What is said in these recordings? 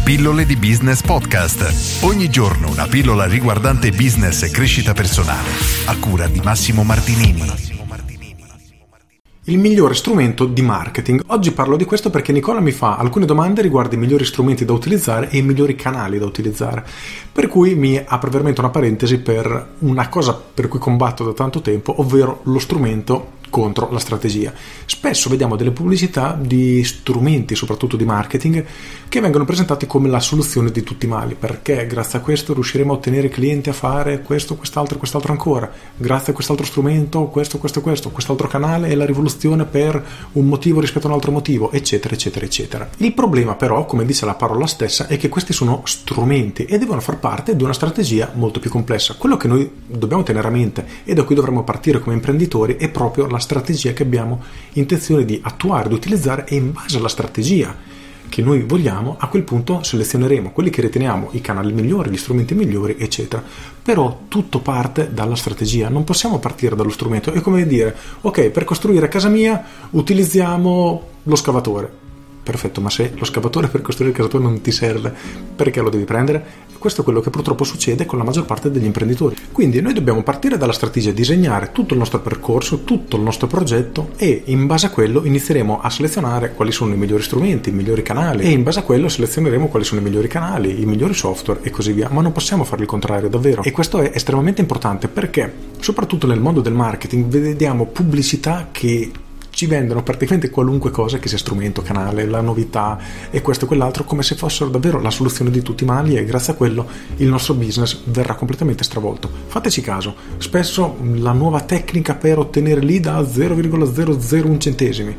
Pillole di Business Podcast. Ogni giorno una pillola riguardante business e crescita personale. A cura di Massimo Martinini. Il migliore strumento di marketing. Oggi parlo di questo perché Nicola mi fa alcune domande riguardo i migliori strumenti da utilizzare e i migliori canali da utilizzare. Per cui mi apre veramente una parentesi per una cosa per cui combatto da tanto tempo, ovvero lo strumento contro la strategia. Spesso vediamo delle pubblicità di strumenti, soprattutto di marketing, che vengono presentati come la soluzione di tutti i mali, perché grazie a questo riusciremo a ottenere clienti a fare questo, quest'altro ancora, grazie a quest'altro strumento, quest'altro canale è la rivoluzione per un motivo rispetto a un altro motivo, eccetera, eccetera, eccetera. Il problema però, come dice la parola stessa, è che questi sono strumenti e devono far parte di una strategia molto più complessa. Quello che noi dobbiamo tenere a mente e da cui dovremmo partire come imprenditori è proprio la strategia che abbiamo intenzione di attuare, di utilizzare, e in base alla strategia che noi vogliamo, a quel punto selezioneremo quelli che riteniamo i canali migliori, gli strumenti migliori, eccetera. Però tutto parte dalla strategia, non possiamo partire dallo strumento. È come dire, ok, per costruire casa mia utilizziamo lo scavatore. Perfetto, ma se lo scavatore per costruire il casa tua non ti serve, perché lo devi prendere? Questo è quello che purtroppo succede con la maggior parte degli imprenditori. Quindi noi dobbiamo partire dalla strategia, disegnare tutto il nostro percorso, tutto il nostro progetto, e in base a quello inizieremo a selezionare quali sono i migliori strumenti, i migliori canali, e in base a quello selezioneremo quali sono i migliori canali, i migliori software e così via. Ma non possiamo fare il contrario, davvero. E questo è estremamente importante perché, soprattutto nel mondo del marketing, vediamo pubblicità che ci vendono praticamente qualunque cosa che sia strumento, canale, la novità e questo e quell'altro, come se fossero davvero la soluzione di tutti i mali, e grazie a quello il nostro business verrà completamente stravolto. Fateci caso, spesso la nuova tecnica per ottenere lead a 0,001 centesimi,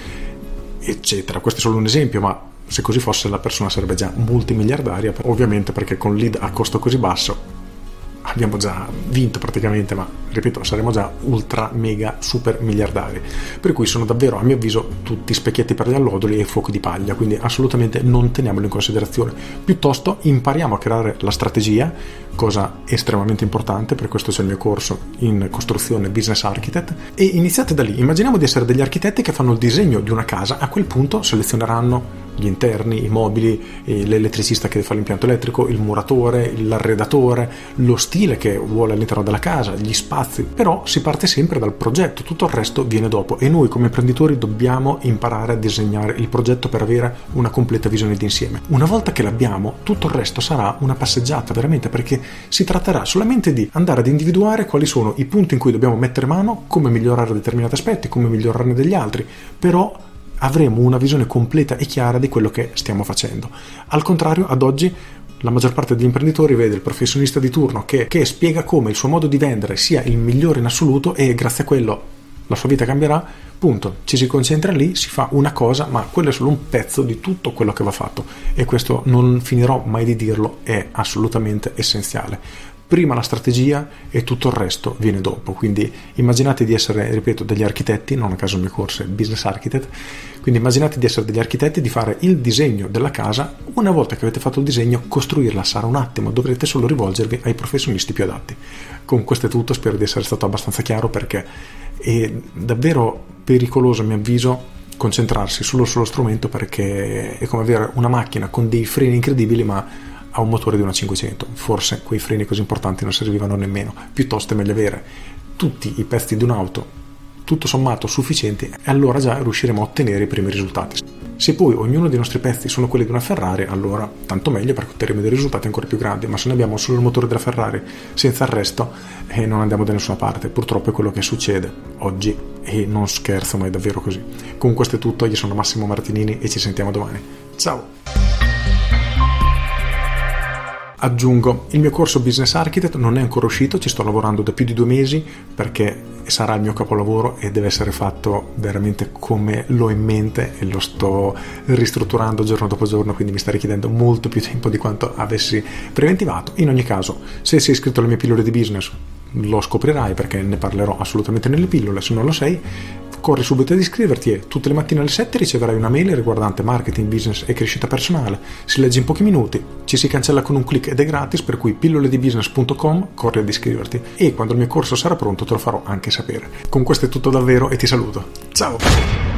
eccetera. Questo è solo un esempio, ma se così fosse la persona sarebbe già multimiliardaria, ovviamente, perché con lead a costo così basso abbiamo già vinto praticamente, ma ripeto, saremo già ultra mega super miliardari. Per cui sono davvero, a mio avviso, tutti specchietti per gli allodoli e fuochi di paglia, quindi assolutamente non teniamolo in considerazione. Piuttosto impariamo a creare la strategia, cosa estremamente importante. Per questo c'è il mio corso in costruzione Business Architect, e iniziate da lì. Immaginiamo di essere degli architetti che fanno il disegno di una casa. A quel punto selezioneranno gli interni, i mobili, l'elettricista che fa l'impianto elettrico, il muratore, l'arredatore, lo stile che vuole all'interno della casa, gli spazi. Però si parte sempre dal progetto, tutto il resto viene dopo, e noi come imprenditori dobbiamo imparare a disegnare il progetto per avere una completa visione d'insieme. Una volta che l'abbiamo, tutto il resto sarà una passeggiata, veramente, perché si tratterà solamente di andare ad individuare quali sono i punti in cui dobbiamo mettere mano, come migliorare determinati aspetti, come migliorarne degli altri, però avremo una visione completa e chiara di quello che stiamo facendo. Al contrario, ad oggi la maggior parte degli imprenditori vede il professionista di turno che spiega come il suo modo di vendere sia il migliore in assoluto, e grazie a quello la sua vita cambierà. Punto. Ci si concentra lì, si fa una cosa, ma quello è solo un pezzo di tutto quello che va fatto, e questo non finirò mai di dirlo, è assolutamente essenziale. Prima la strategia e tutto il resto viene dopo. Quindi immaginate di essere, ripeto, degli architetti, non a caso il mio corso è Business Architect, quindi immaginate di essere degli architetti, di fare il disegno della casa. Una volta che avete fatto il disegno, costruirla sarà un attimo, dovrete solo rivolgervi ai professionisti più adatti. Con questo è tutto, spero di essere stato abbastanza chiaro, perché è davvero pericoloso, a mio avviso, concentrarsi solo sullo strumento, perché è come avere una macchina con dei freni incredibili ma ha un motore di una 500, forse quei freni così importanti non servivano nemmeno. Piuttosto è meglio avere tutti i pezzi di un'auto tutto sommato sufficienti, e allora già riusciremo a ottenere i primi risultati. Se poi ognuno dei nostri pezzi sono quelli di una Ferrari, allora tanto meglio, perché otterremo dei risultati ancora più grandi. Ma se noi abbiamo solo il motore della Ferrari senza il resto, non andiamo da nessuna parte. Purtroppo è quello che succede oggi, e non scherzo, ma è davvero così. Con questo è tutto, io sono Massimo Martinini e ci sentiamo domani. Ciao! Aggiungo, il mio corso Business Architect non è ancora uscito, ci sto lavorando da più di 2 mesi, perché sarà il mio capolavoro e deve essere fatto veramente come l'ho in mente, e lo sto ristrutturando giorno dopo giorno, quindi mi sta richiedendo molto più tempo di quanto avessi preventivato. In ogni caso, se sei iscritto alle mie pillole di business, lo scoprirai, perché ne parlerò assolutamente nelle pillole. Se non lo sei, corri subito ad iscriverti, e tutte le mattine alle 7 riceverai una mail riguardante marketing, business e crescita personale. Si legge in pochi minuti, ci si cancella con un click ed è gratis, per cui pilloledibusiness.com, corri ad iscriverti, e quando il mio corso sarà pronto te lo farò anche sapere. Con questo è tutto davvero, e ti saluto. Ciao!